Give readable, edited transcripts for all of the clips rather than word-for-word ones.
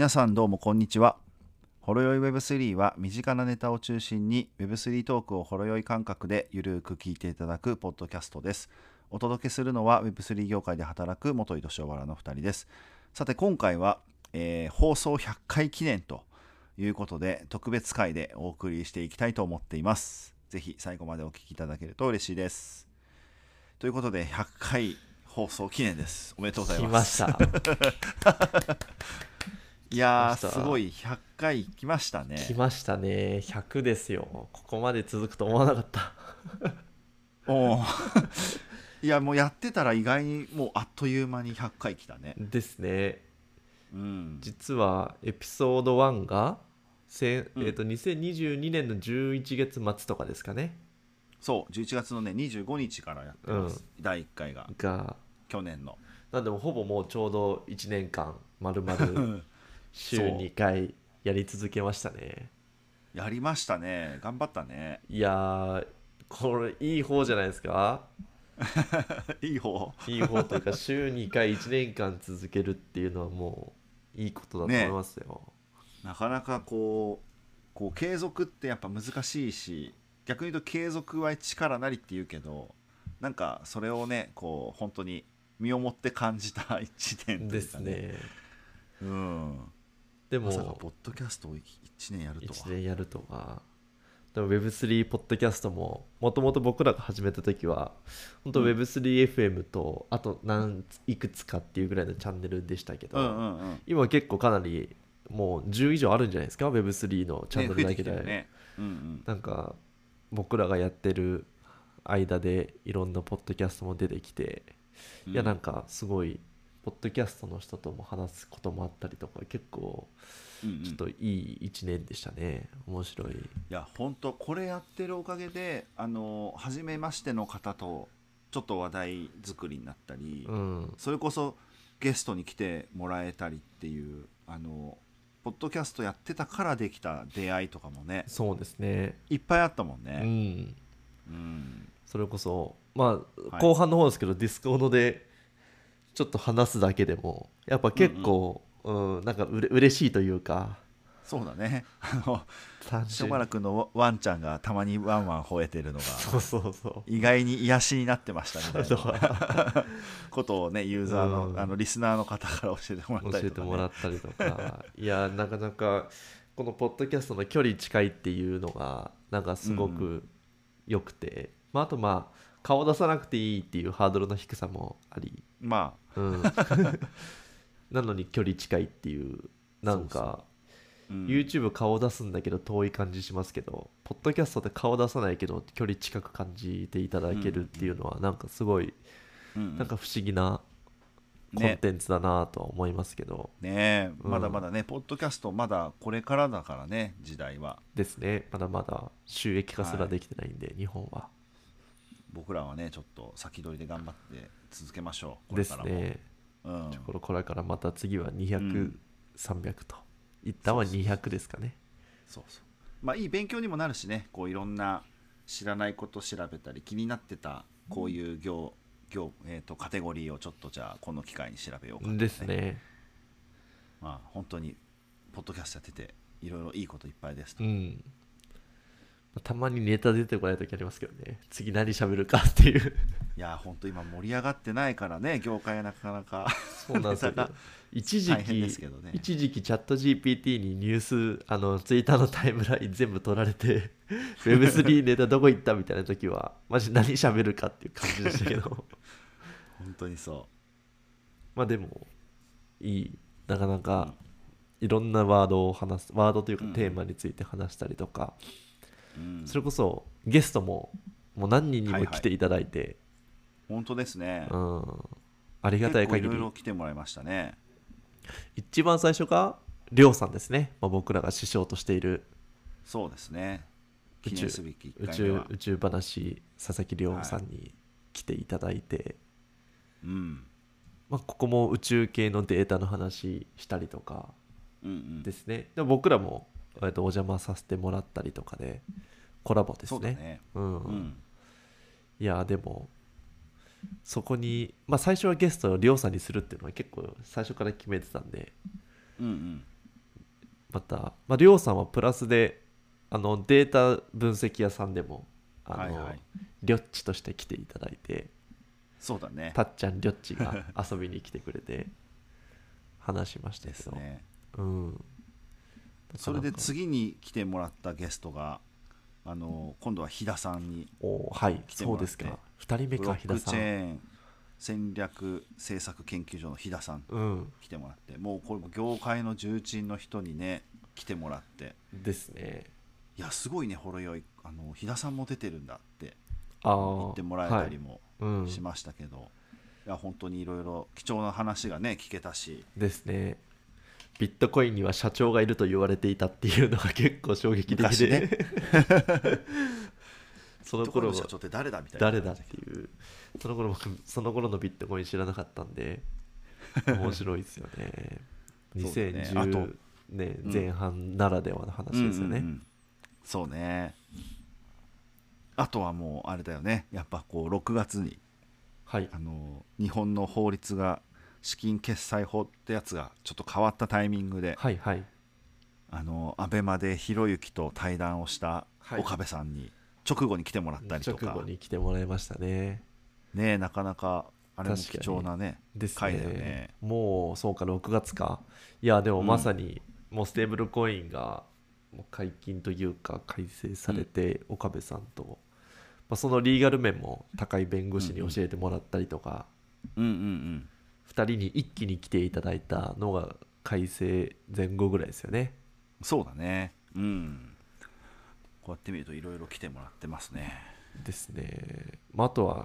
皆さんどうもこんにちは。ほろよい Web3 は身近なネタを中心に Web3 トークをほろよい感覚でゆるく聞いていただくポッドキャストです。お届けするのは Web3 業界で働く元井敏夫原の2人です。さて今回は、放送100回記念ということで特別回でお送りしていきたいと思っています。ぜひ最後までお聞きいただけると嬉しいです。ということで100回放送記念です。おめでとうございます。 来ました。 いやー来ました。 すごい100回来ましたね。 来ましたね。100ですよ。ここまで続くと思わなかった。 おいやもうやってたら意外にもうあっという間に100回来たね。 ですね。 うん。 実はエピソード1がうん、 2022年の11月末とかですかね。 そう11月のね25日からやってうん。 ます。第1回がが、 去年の。 なんでもほぼもうちょうど1年間、まるまる週そ 2回やり続けましたね。 うやりましたね。頑張ったね。 いやー、これいい方じゃないですか。 いい方いい方というか、週2回1年間続けるっていうのはもういいことだと思いね。 ますよ。 なかなかこう継続ってやっぱ難しいし、逆に言うと継続は力なりって言うけど、なんかそれをねこう本当に身をもって感じた1年とでいうかね。 すね。 うん。まさかでも、 ポッドキャストを1年やると 1 は。 年やるとは。でも Web3 ポッドキャストも、もともと僕らが始めた時は、本当うん Web3FM と、あといくつかっていうぐらいのチャンネルでしたけうんうど、 んうん。 今は結構かなり、もう10以上あるんじゃないですか、Web3 のチャンね、 ネ増えてルだけで。 きてるね。うんうん。 なんか、僕らがやってる間でいろんなポッドキャストも出てきて、いやなんうんかすごいポッドキャストの人とも話すこともあったりとか、結構うんうん。 ちょっといい1年でしたね。面白い。 いや本当これやってるおかげで初めましての方とちょっと話題作りになったり、 うん。 それこそゲストに来てもらえたりっていうポッドキャストやってたからできた出会いとかもねそうですね。 いっぱいあったもんうね。 ん。 うん。 それこそまあはい。 後半の方ですけど、ディスコードでちょっと話すだけでもやっぱうんうん。 結構、なんか嬉しいというか、 そうだね。 単純に。 しょばらくのワンちゃんがたまにワンワン吠えてるのがそうそうそ意外に癒しになってましたみう。あたいなとはことをねユーうザーの、 ん、 リスナーの方から教えてもらっ教えてもたりとかね。 らったりとか、いやなかなかこのポッドキャストの距離近いっていうのがなんかすうんうん。 ごく良くて、まあ、あとまあ顔出さなくていいっていうハードルの低さもあり、 まあうん、なのに距離近いっていう、なそうそんかう。うん YouTube 顔出すんだけど遠い感じしますけど、ポッドキャストって顔出さないけど距離近く感じていただうんうけるっていうんのはなんかすごい、 うんうんなんか不思議なコンね。 テンツだなとは思いますけど、 ねえまだまうん、 だねポッドキャストまだこれからだからね時代は。 ですね。まだまだ収益化すはい。 らできてないんで、日本は。 僕らはねちょっと先取りで頑張って続けましょうこでれからも。 すね。 うんこれからまた次は200、 うん。 300と。一旦はそうそうそう 200ですかね。 そうそう。まあいい勉強にもなるしねこういろんな知らないこと調べたり気になってたこういうカテゴリーをちょっとじゃあこの機会に調べようかとでかね。 すね。 まあ本当にポッドキャストやってていろいろいいこといっぱいですと。 うん。たまにネタ出てこない時ありますけどね。次何喋るかっていう。 いや本当今盛り上がってないからね業界はなかなかそうなんですよ。 ネタが一時大変です期、 けどね。 一時期チャット GPT にニュース、ツイッターのタイムライン全部取られて、Web3 ネタどこ行ったみたいな時は、マジ何喋るかっていう感じでしたけど。 本当にそまあでも、いい、なかなう。うかんいろんなワードを話す、ワードというかテーうんマについて話したりとか、 うんうんそれこそゲストももう何人にはいはいも来ていただいて、 本当ですね。 うん、ありがた結構いい限り。 ろいろ来てもらいましたね。 一番最初がりょうさんですね、まあ、僕らが師匠としているそうですね。記念宇宙すべき1 宇回目は。 宙宇宙話佐々木亮はい。 さんに来ていただいて、 うんまあ、ここも宇宙系のデータの話したりとかうんうん。 ですね。でも僕らもお邪魔させてもらったりとかでコラボですね。 そうだね。 うん、 うん。 いやでもそこに、まあ、最初はゲストをりょうさんにするっていうのは結構最初から決めてたんで、 うんうん。 また、りょうさんはプラスでデータ分析屋さんでもはいはい、 りょっちとして来ていただいて、 そうだね。 たっちゃんりょっちが遊びに来てくれて話しましたけど、 ですね。 うん、 それで次に来てもらったゲストが今度は飛田さんにはい来てもらって、 そうですか、2人目ブロか飛田さックチェん。 ーン戦略政策研究所の飛田さんうん、 来てもらって、もうこれ業界の重鎮の人にね来てもらって、 ですね。 いやすごいね、ほろ酔い飛田さんも出てるんだってあ言ってもらえたりもうん、 しましたけど、いや本当にいろいろ貴重な話がね聞けたし、 ですね。ビットコインには社長がいると言われていたっていうのが結構衝撃的で、 昔ねその頃ビットコインの社長って誰だみたいな誰だっていう、その頃僕その頃のビットコイン知らなかったんで面白いですよね。 そうだね。あと 2010年前半ならではの話ですよね。 そうね。あとはもうあれだよね、やっぱこう6月にはい日本の法律が資金決済法ってやつがちょっと変わったタイミングで、 はいはいアベマでひろゆきと対談をしたはい岡部さんに直後に来てもらったりとか、 直後に来てもらいましたね。 ね、なかなかあれも貴確かに重なねです回だよね。 ね。 もうそうか6月か。いやでもまさにもうステーブルコインがもう解禁というか改正されて、岡部さんと、そのリーガル面も高い弁護士に教えてもらったりとか、 うんうんうん 2人に一気に来ていただいたのが改正前後ぐらいですよね。 そうだね。こうやって見るといろいろ来てもらってますね。 ですね。あとは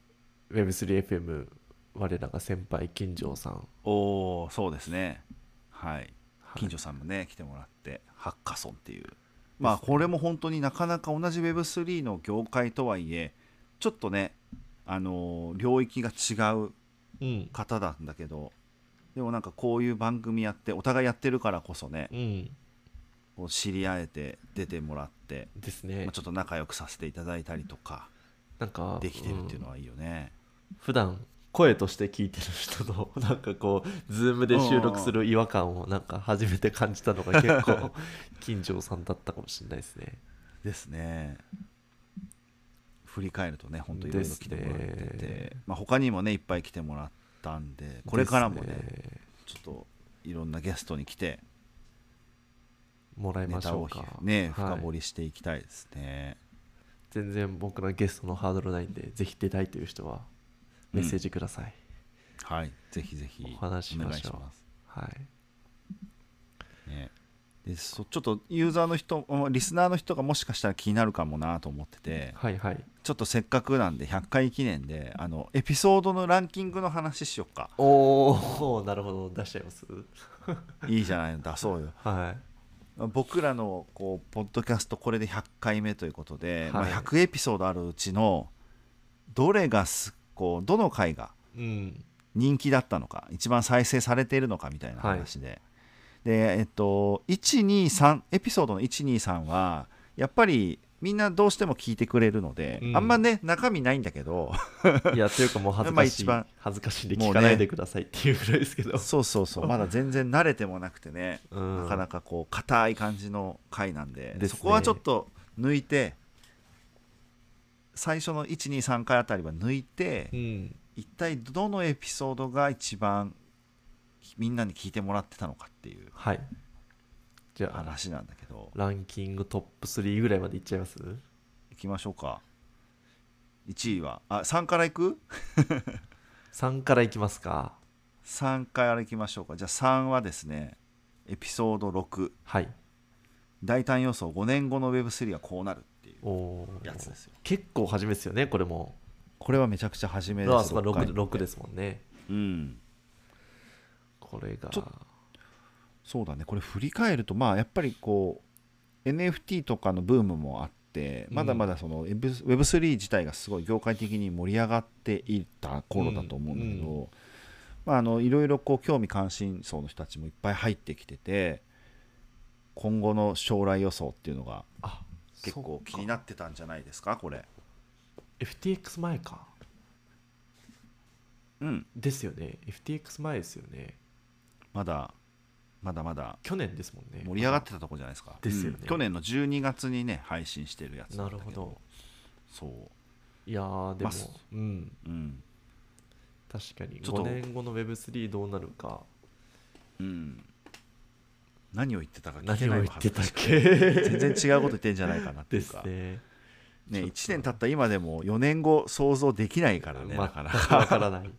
Web3FM 我らが先輩金城さん、 おお、そうですね。はい。 はい金城さんもね来てもらって、ハッカソンっていう、まあこれも本当になかなか同じ Web3 の業界とはいえちょっとね領域が違ううん方なんだけど、でもなんかこういう番組やってお互いやってるからこそね、 うんこう知り合えて出てもらって、 ですね。 ちょっと仲良くさせていただいたりとかなんかできてるっていうのはいいよね。 普段声として聞いてる人のなんかこうズームで収録する違和感をなんか初めて感じたのが結構金城さんだったかもしれないですね。 ですね。振り返るとね本当いろいろ来てもらってですて、 ね他にもねいっぱい来てもらったんで、これからもねですねちょっといろんなゲストに来てもらいネタをましょうか。 ねはい深掘りしていきたいですね。 全然僕らゲストのハードルないんで、ぜひ出たいという人はメッセージください。 はい、ぜひぜひお話ししおましょう。 願いします。 はいね、でちょっとユーザーの人、リスナーの人がもしかしたら気になるかもなと思ってて、 はいはい。 ちょっとせっかくなんで100回記念でエピソードのランキングの話しよっか。 おお、なるほど、出しちゃいます。 いいじゃないの、出そうよ。 は僕らのこうポッドキャストこれで100回目ということで、 はい 100エピソードあるうちのどれがこうどの回がい。うん。 人気だったのか、一番再生されているのかみたいな話で、で123エピソードの123はやっぱりみんなどうしても聞いてくれるので、あんまね中身ないんだけどいや、というかもう恥ずかしい、 まあ一番恥ずかしいんで聞かないでくださいっていうぐらいですけど。 そうそうそう、まだ全然慣れてもなくてね、 うんなかなかこう硬い感じの回なんで、 ですねそこはちょっと抜いて、最初の123回あたりは抜いて、 うん。 一体どのエピソードが一番みんなに聞いてもらってたのかっていうはい。じゃあ、 話なんだけど、 ランキングトップ3ぐらいまでいっちゃいます？ いきましょうか。1位は3からいく？ 3 からいきますか。 3からいきましょうか。じゃあ3はですね、エピソード6、 はい。 大胆予想5年後の Web3 はこうなるっていうおーやつですよ。 結構初めですよね、これも。 これはめちゃくちゃ初めです。 そうか、 6回 6ですもんね。 うん、 これが。 そうだね。これ振り返ると、まあやっぱりこう NFT とかのブームもあって、まだまだその Web3 自体がすごい業界的に盛り上がっていった頃だと思うんだけど、まあいろいろこう興味関心層の人たちもいっぱい入ってきてて、今後の将来予想っていうのが結構気になってたんじゃないですか、これ。 FTX 前か。 うん、 ですよね。FTX 前ですよね。 まだまだまだ去年ですもんね。 盛り上がってたとこじゃないですか。 ですよね去年の12月にね配信してるやつなだったけど。 るほど。 そう。 いやーでも、 まあうんうん。 確かにちょっと 5年後の Web3 どうなるか。 うん。何を言ってたか聞何けないのを言ってたっ恥ずかしくてけ全然違うこと言ってんじゃないかなってですいうか。 ね。 ね、 ちょっと 1年経った今でも4年後想像できないからね、なかな全くかわからない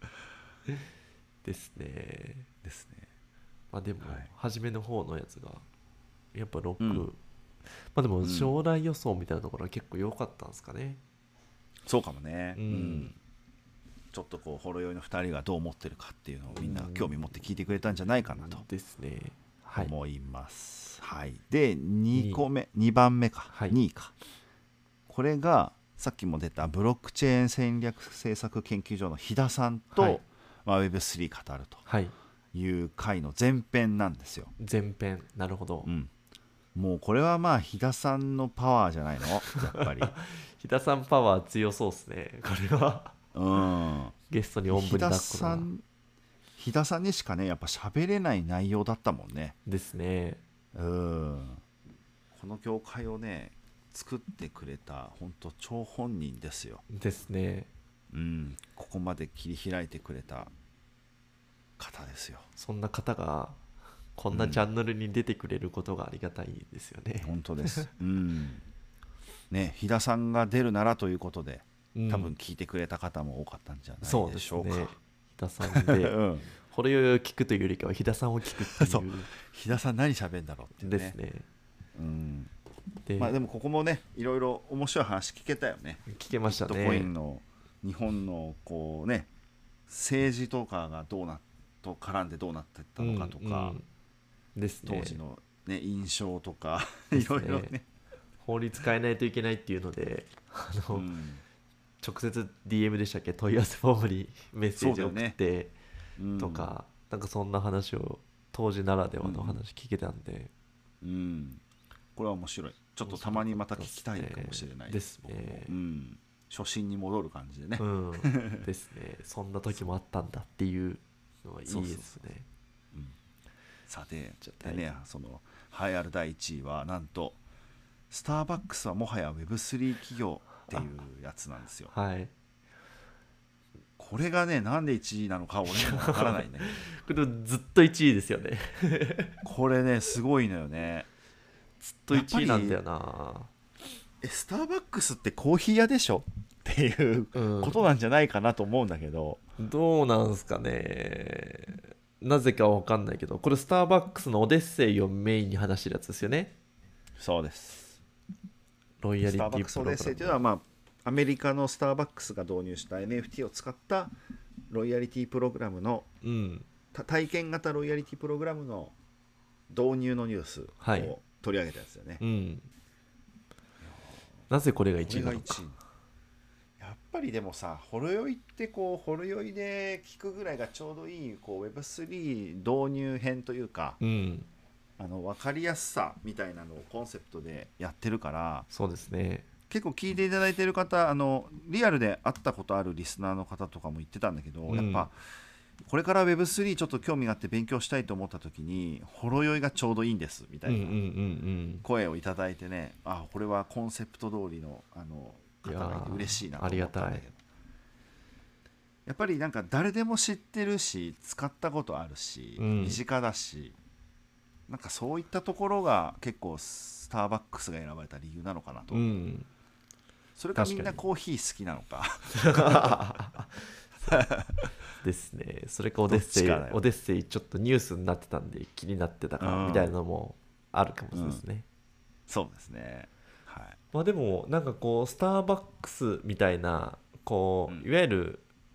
ですね。 ですね。 まあでも、 はい初めの方のやつがやっぱ6、 うんまあでもん将来予想みたいなところは結構良かったんですかね。 そうかもね、 うんちょっとこうほろ酔いの2人がどう思ってるかっていうのをみんな興味持って聞いてくれたんじゃないかなとですね。はい。 思います、はいで2個目二 2番目か、 はい 2位か。これがさっきも出たブロックチェーン戦略政策研究所の飛田さんと、 はい Web3 語るはい。 という回の前編なんですよ。 前編。なるほど。 もうこれはまあ飛田さんのパワーじゃないのやっぱり飛田さんパワー強そうですね。これはゲストにおんぶに抱っこだな。 飛田さんにしかねやっぱ喋れない内容だったもんね。 ですね。 この業界をね作ってくれた本当張本人ですよ。 ですね。 ここまで切り開いてくれた方ですよ。 そんな方がこんなチャンネルに出てくれることがありがたいですよね。 本当ですね、飛田さんが出るならということで多分聞いてくれた方も多かったんじゃないでしょうか。 そうですね。飛田さんで、ほろ酔いを聞くというよりかは飛田さんを聞くってそういう飛田さん何喋るんだろうっていうね。 ですね。 でまあ、でもここもねいろいろ面白い話聞けたよね。 聞けましたビットコインね。 の日本のこうね政治とかがどうなと絡んでどうなっていったのかとか、 ですね。 当時の、ね、印象とかいですねろいろね、 法律変えないといけないっていうので直接 DM でしたっけ、問い合わせフォームにメッセージを送ってとか、なんかそんな話を当時ならではの話聞けたんで、 これは面白い。ちょっとたまにまた聞きたいかもしれないですね。 初心に戻る感じでね、 ですね。そんな時もあったんだっていうのはいいですね。 さてでね、その栄えある第1位はなんとスターバックスはもはや Web3 企業っていうやつなんですよ。 はい。 これがねなんで1位なのか俺もわからないねこれずっと1位ですよねこれねすごいのよね。 ずっと1位なんだよな。 スターバックスってコーヒー屋でしょっていうことなんじゃないかなと思うんだけど、 どうなんすかね。なぜかわかんないけど、これスターバックスのオデッセイをメインに話してるやつですよね。 そうです。 ロイヤリティスターバックスオデッセイというのは、まあ、アメリカのスターバックスが導入した NFT を使ったロイヤリティプログラムの、体験型ロイヤリティプログラムの導入のニュースを取り上げたやつだよね。 なぜこれが1位なのか。 やっぱりでもさ、ほろ酔いってこうほろ酔いで聞くぐらいがちょうどいいこう Web3 導入編というか、分かりやすさみたいなのをコンセプトでやってるから。 そうですね。 結構聞いていただいている方、リアルで会ったことあるリスナーの方とかも言ってたんだけど、やっぱこれから Web3 ちょっと興味があって勉強したいと思った時にほろ酔いがちょうどいいんですみたいな声をいただいてね、これはコンセプト通りの方がいて嬉しいなと思ったんだけど、やっぱりなんか誰でも知ってるし使ったことあるし、身近だし、なんかそういったところが結構スターバックスが選ばれた理由なのかなと。それかみんなコーヒー好きなのかですね。それかオデッセイちょっとニュースになってたんで気になってたかみたいなのもあるかもしれないですね。 そうですね。はい。 まあでもなんかこうスターバックスみたいなこういわゆる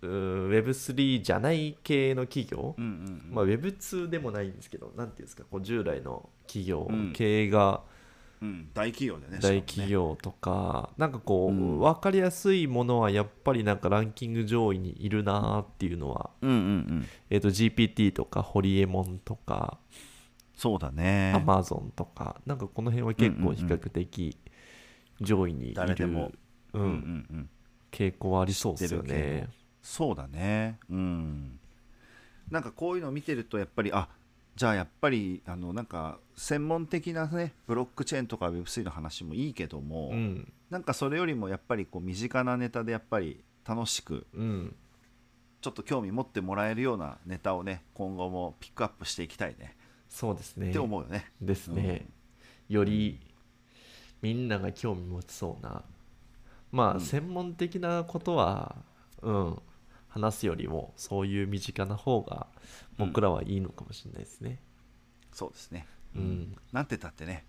Web3 じゃない系の企業、まあ Web2 でもないんですけど、なんていうんですか、こう従来の企業、経営が大企業でね、 大企業とか、なんかこう分かりやすいものはやっぱりなんかランキング上位にいるなっていうのは、GPT とかホリエモンとか、 そうだね、 アマゾンとか、なんかこの辺は結構比較的上位にいる傾向はありそうですよね。 そうだね。なんかこういうのを見てるとやっぱりじゃあやっぱりなんか専門的なねブロックチェーンとか Web3 の話もいいけども、 うん、 なんかそれよりもやっぱりこう身近なネタでやっぱり楽しくうん、 ちょっと興味持ってもらえるようなネタをね今後もピックアップしていきたいねそうですってね。 思うよね。 ですね。よりみんなが興味持ちそうな、まあうん、 専門的なことは、うん、話すよりもそういう身近な方がうん、 僕らはいいのかもしれないですね。 そうですね、 うん、 なんて言ったってね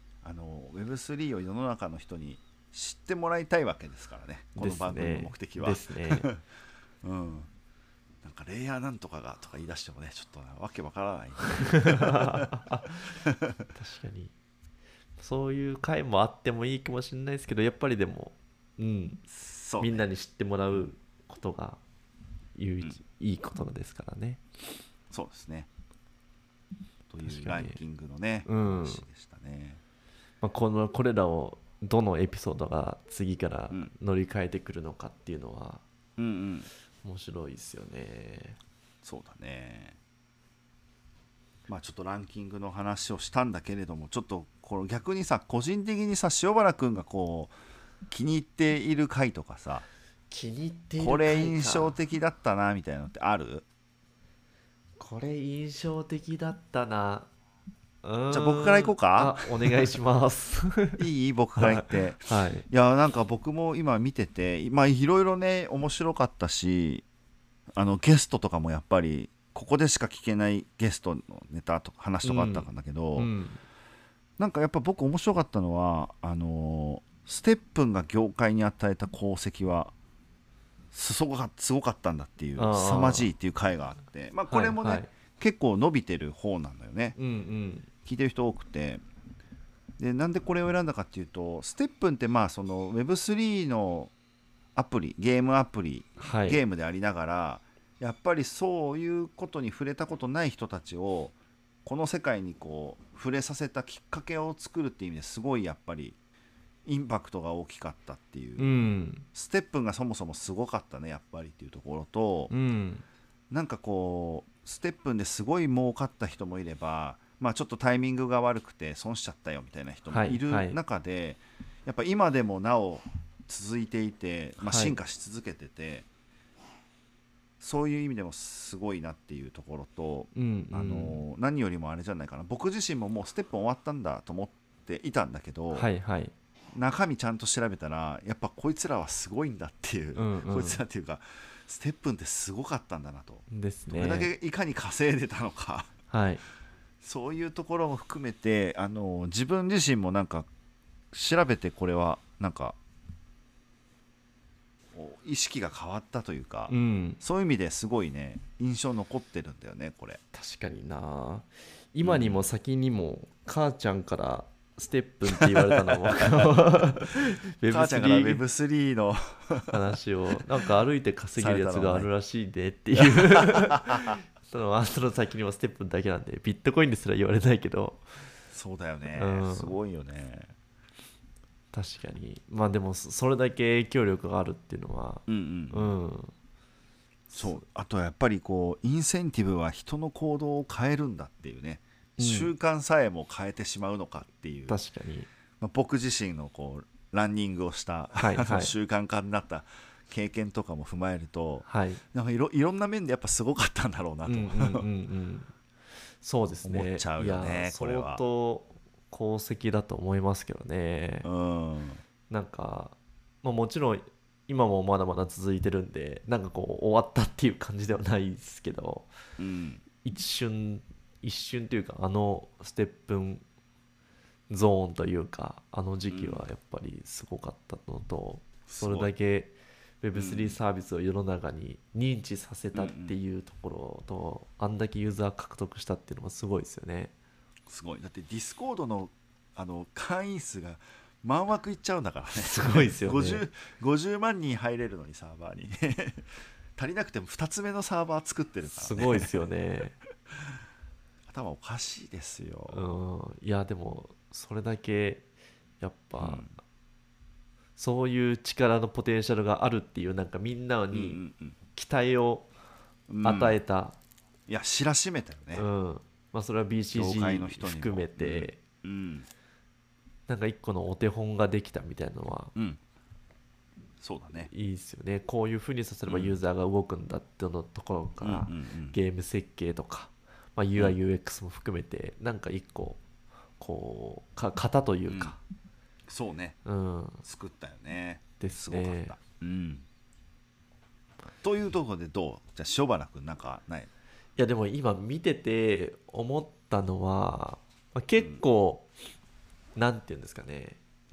Web3 を世の中の人に知ってもらいたいわけですからねこですの番組のね。 目的は。 ですね。 うん、なんかレイヤーなんとかがとか言い出してもねちょっとわけわからない。 確かに。そういう回もあってもいいかもしれないですけど、やっぱりでも、うん、 そうね、 みんなに知ってもらうことが唯うん、 一いいことですからね。 そうですねという確かに。 ランキングのねうん。 話でしたね。 まあ、これらをどのエピソードが次からうん乗り換えてくるのかっていうのはうんうん、 面白いですよね。 そうだね。まあちょっとランキングの話をしたんだけれどもちょっとこれ逆にさ個人的にさ塩原くんがこう気に入っている回とかさ気に入っていこる回れ印象か。 的だったなみたいなのってある？ これ印象的だったな。 じゃあ僕から行こうか。 お願いします。 いい僕から言はって。 い。はい。 いやなんか僕も今見ててまあいろいろね面白かったしゲストとかもやっぱりここでしか聞けないゲストのネタとか話とかあったんだけど、 うん。 なんかやっぱ僕面白かったのはステップンが業界に与えた功績はすごかったんだっていう凄まじいあっていう回があって、まあ、 あ。 これもね、 はいはい。 結構伸びてる方なんだよね。 うんうん。 聞いてる人多くて、でなんでこれを選んだかっていうとステップンってまあその Web3 のアプリゲームアプリはい。 ゲームでありながらやっぱりそういうことに触れたことない人たちをこの世界にこう触れさせたきっかけを作るっていう意味ですごいやっぱりインパクトが大きかったっていう、 うん。 ステップンがそもそもすごかったねやっぱりっていうところと、 うん。 なんかこうステップンですごい儲かった人もいれば、まあ、ちょっとタイミングが悪くて損しちゃったよみたいな人もいるはいはい。 中で、やっぱ今でもなお続いていて、まあ、 はい。 進化し続けてて、そういう意味でもすごいなっていうところと、 うんうん。 何よりもあれじゃないかな、僕自身ももうステップン終わったんだと思っていたんだけど、 はいはい。 中身ちゃんと調べたらやっぱこいつらはすごいんだっていう、 うんこいつらっていうかステップンってすごかったんだなと、 うん。ですどれだね。 けいかに稼いでたのかはい。 そういうところも含めて自分自身もなんか調べてこれはなんか意識が変わったというか、 うん。 そういう意味ですごいね印象残ってるんだよねこれ。 確かにな。今にもうん、 先にも母ちゃんからステップンって言われたのもウェブ母ちゃんから 3 Web3 の話をなんか歩いて稼さげるやつがあれたのはねるらしいでっていうその先にもステップンだけなんでビットコインですら言われないけど、 そうだようねすん、 ごいよね。 確かにまあでもそれだけ影響力があるっていうのは、 うんうん、 うんそうあとはやっぱりこうインセンティブは人の行動を変えるんだっていうね、 うん、 習慣さえも変えてしまうのかっていう、 確かに。 まあ、僕自身のこうランニングをしたはいはい習慣化になった経験とかも踏まえるとはいなんかいろんな面でやっぱすごかったんだろうなと、 うんうんうんうんそうですね。 思っちゃういやよねこれ相は。 当功績だと思いますけどね。 うんなんか、まあ、もちろん今もまだまだ続いてるんでなんかこう終わったっていう感じではないですけど、 うん一瞬というかあのステップンゾーンというかあの時期はやっぱりすごかったのと、それすごい。 だけう Web3 んサービスを世の中に認知させたってうんうん、 いうところと、あんだけユーザー獲得したっていうのもすごいですよね。 すごいだってディスコードの会員数が万枠いっちゃうんだからね。 すごいですよね。 50万人入れるのにサーバーに足りなくても2つ目のサーバー作ってるからね。 すごいですよね。 頭おかしいですうよ。 ん、いやでもそれだけやっぱうんそういう力のポテンシャルがあるっていうなんかみんなうんうにん期待をうんうん、 与えた、 いや知らしめたよね。 うん、 まあ、それは業界の BCG 人にも含めて、 うんなんか一個のお手本ができたみたいなのはうんそうだね。 いいですよね。こういうふうにさせればうんユーザーが動くんだっていうのところかうんうんうら、 んゲーム設計とか、まあ、 うん UI/UX も含めてなんか一個こう型というか、 そうね、 うん作ったよね。 ですごかっね。 た。うんというところでどうじゃあ塩原くんなんかない？ いやでも今見てて思ったのは、まあ、結構、なんていうんですかね、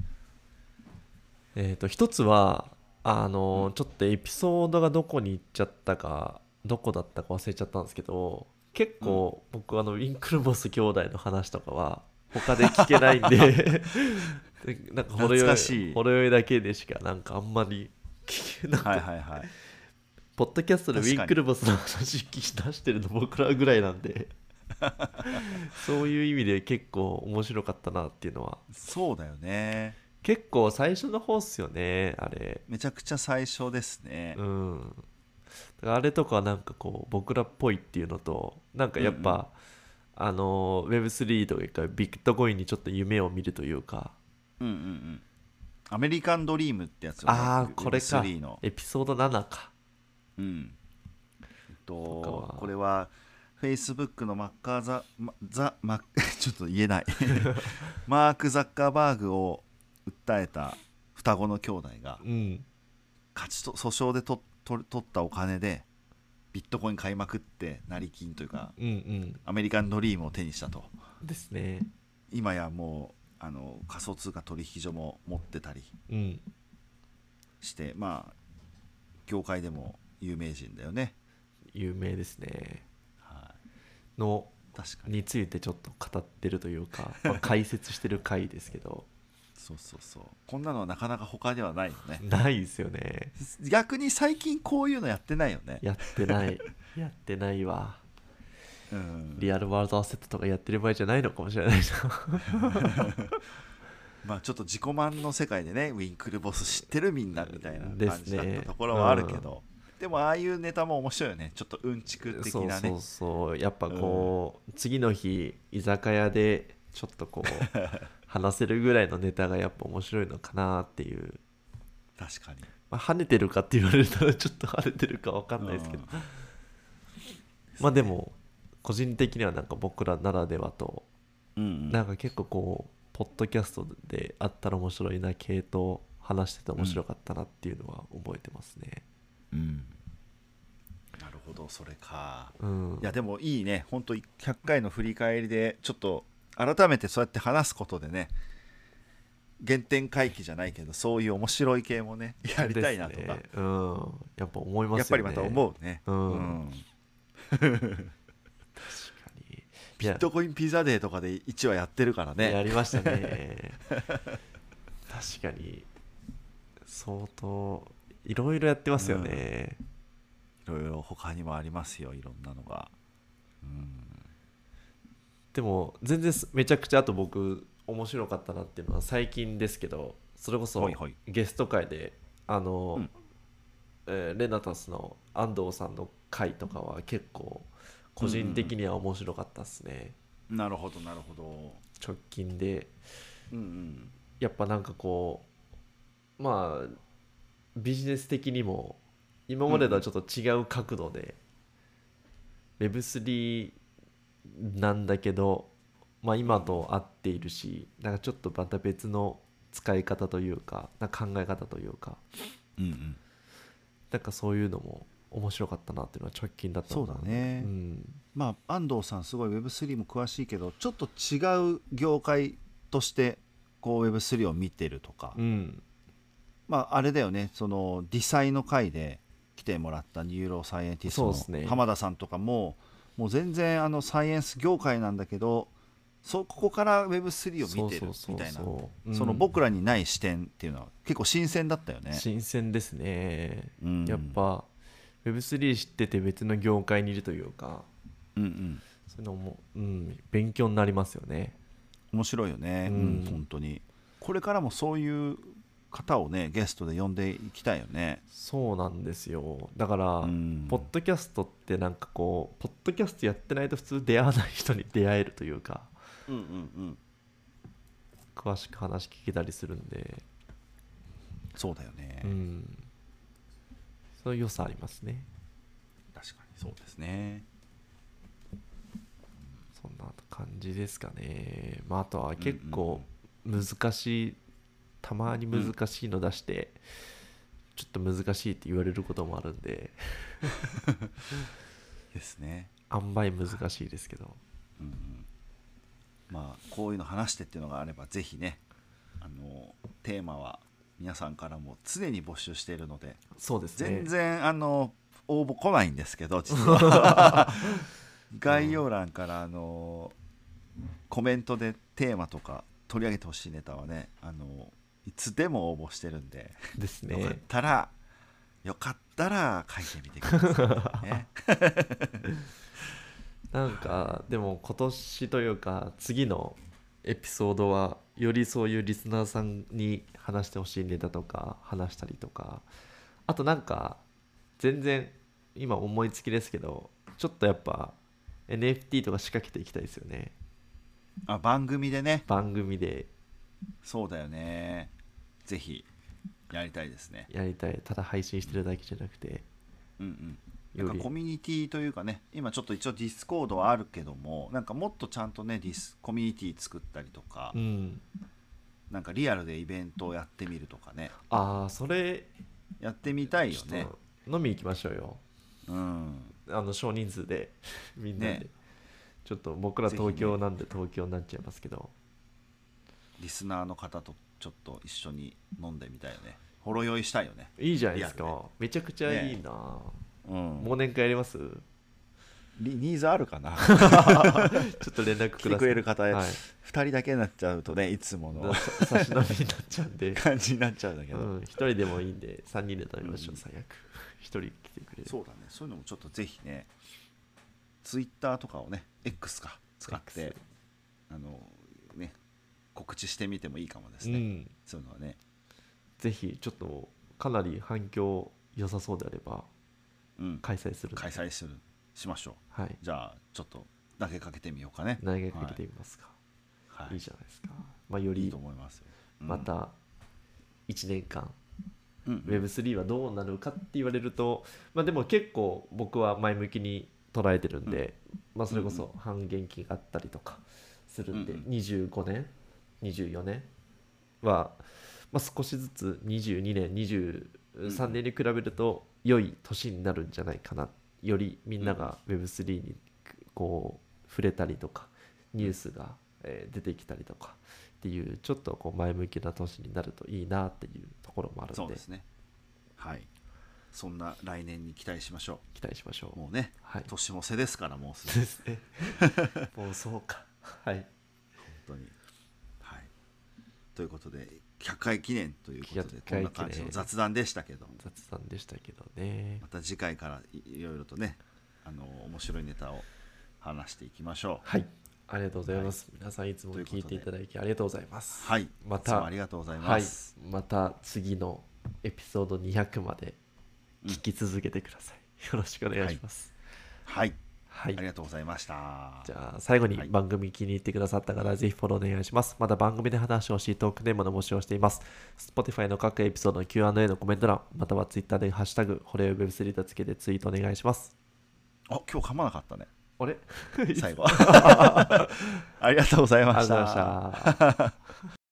一つはちょっとエピソードがどこに行っちゃったかどこだったか忘れちゃったんですけど、結構僕ウィンクルボス兄弟の話とかは他で聞けないんででなんか懐かしい。 ほろ酔いだけでしかなんかあんまり聞けなんか、 はいはいはい。 ポッドキャストでウィン確かにクルボスの話聞き出してるの僕らぐらいなんでそういう意味で結構面白かったなっていうのは。 そうだよね。 結構最初の方っすよねあれ。 めちゃくちゃ最初ですね。 うん、だからあれとかはなんかこう僕らっぽいっていうのと、なんかやっぱ、Web3 とかビットコインにちょっと夢を見るというか、 アメリカンドリームってやつよね。 ああこれか Web3 の。 エピソード7かうんとかはこれは Facebook のマッカーザザマちょっと言えないマーク・ザッカーバーグを訴えた双子の兄弟がうん訴訟で取ったお金でビットコイン買いまくって成金というかうんアメリカンドリームを手にしたと。 ですね。 今やもう仮想通貨取引所も持ってたりうんしてまあ業界でも有名人だよね。 有名ですね。 はいの確かに。 についてちょっと語ってるというか、まあ、解説してる回ですけどそうそうそうこんなのはなかなか他ではないよね。 ないですよね。 逆に最近こういうのやってないよね。 やってないやってないわ。 うんリアルワールドアセットとかやってる場合じゃないのかもしれないなまあちょっと自己満の世界でねウィンクルボス知ってるみんなみたいなです感じだっねたところはあるけど、でもああいうネタも面白いよね。ちょっとうんちく的そうなね。 そうそうやっぱこう、次の日居酒屋でちょっとこう話せるぐらいのネタがやっぱ面白いのかなっていう、 確かに。 まあ、跳ねてるかって言われたらちょっと跳ねてるか分かんないですけど、まあでも個人的にはなんか僕らならではと、なんか結構こうポッドキャストであったら面白いな系と話してて面白かったなっていうのは覚えてますね。 なるほどそれか。 うんいやでもいいね。本当100回の振り返りでちょっと改めてそうやって話すことでね原点回帰じゃないけどそういう面白い系もねやりたいなとか、 ですね、やっぱ思いますよね。 やっぱりまた思うね。 確かに。 ビットコインピザデーとかで1話やってるからね。 やりましたね確かに相当いろいろやってますよね。 いろいろ他にもありますよいろんなのが。 でも全然めちゃくちゃあと僕面白かったなっていうのは最近ですけど、それこそはいはいゲスト会でレナタスの安藤さんの回とかは結構個人的には面白かったですね。 なるほどなるほど。 直近でうんうんやっぱなんかこうまあビジネス的にも今までとはちょっと違う角度で Web3 なんだけど、まあ、今と合っているし、なんかちょっとまた別の使い方というかなんか考え方というか、なんかそういうのも面白かったなっていうのは直近だったの。 そうだね、まあ安藤さんすごい Web3 も詳しいけどちょっと違う業界としてこう Web3 を見てるとか、まああれだよね、そのディサイの回で来てもらったニューロサイエンティストの浜田さんとかももう全然サイエンス業界なんだけどここから Web3 を見てるみたいな、その僕らにない視点っていうのは結構新鮮だったよね。 新鮮ですね、やっぱ Web3 知ってて別の業界にいるというか、そういうのも、勉強になりますよね。 面白いよね、本当にこれからもそういう方をねゲストで呼んでいきたいよね。 そうなんですよ。だから、ポッドキャストってなんかこうポッドキャストやってないと普通出会わない人に出会えるというか、詳しく話聞けたりするんで。 そうだよね、 そういう良さありますね。 確かにそうですね。 そんな感じですかね。あとは結構難しい、たまに難しいの出して、ちょっと難しいって言われることもあるんでですね。 塩梅難しいですけど、 まあこういうの話してっていうのがあればぜひね、テーマは皆さんからも常に募集しているので。 そうですね。 全然応募来ないんですけど実は概要欄からコメントでテーマとか取り上げてほしいネタはねいつでも応募してるんでですね。 よかったら書いてみてくださいねなんかでも今年というか次のエピソードはよりそういうリスナーさんに話してほしいネタとか話したりとか、あとなんか全然今思いつきですけど、ちょっとやっぱ NFT とか仕掛けていきたいですよね。 番組でね。 番組で。 そうだよね。ぜひやりたいですね。 やりたい。ただ配信してるだけじゃなくて、 なんかコミュニティというかね、今ちょっと一応ディスコードはあるけども、なんかもっとちゃんとねコミュニティ作ったりとか、なんかリアルでイベントをやってみるとかね。 それやってみたいよね。 飲み行きましょうよ。少人数でみんなで、ちょっと僕ら東京なんで東京になっちゃいますけど、 リスナーの方とちょっと一緒に飲んでみたいよね。ほろ酔いしたいよね。 いいじゃないですか。めちゃくちゃいいな、忘年会やります？ ニーズあるかなちょっと連絡ください。 来てくれる方、2人だけになっちゃうとね、いつもの差し飲みになっちゃうんで感じになっちゃうんだけど、 1人でもいいんで3人で飲みましょう。最悪1人来てくれる。 そうだね。そういうのもちょっとぜひね、ツイッターとかをね X か使って告知してみてもいいかもですね、そういうのはね。 ぜひちょっとかなり反響良さそうであれば、開催しましょう。じゃあちょっと投げかけてみようかね。 投げかけてみますか。いいじゃないですか。よりいいと思いますよ。 また1年間Web3 はどうなるかって言われると、でも結構僕は前向きに捉えてるんで、それこそ半減期があったりとかするんで、25年24年は、少しずつ22年23年に比べると良い年になるんじゃないかな。よりみんなが Web3 にこう触れたりとか、ニュースが出てきたりとかっていう、ちょっとこう前向きな年になるといいなっていうところもあるので、 そうですね。そんな来年に期待しましょう。 期待しましょう。 もうね、年も瀬ですから、もうすぐですねもうそうか。本当に。ということで100回記念ということで、こんな感じの雑談でしたけどね。 また次回からいろいろとね、面白いネタを話していきましょう。 ありがとうございます。皆さんいつも聞いていただきありがとうございます。 またありがとうございます。 また次のエピソード200まで聞き続けてください。よろしくお願いします。 ありがとうございました。 じゃあ最後に番組気に入ってくださった方はぜひフォローお願いします。また番組で話をしトークテーマの募集をしています。Spotify の各エピソードの Q&A のコメント欄、または Twitter でハッシュタグホレウェブ3とつけてツイートお願いします。 今日噛まなかったね。 あれ最後ありがとうございました。 ありがとうございました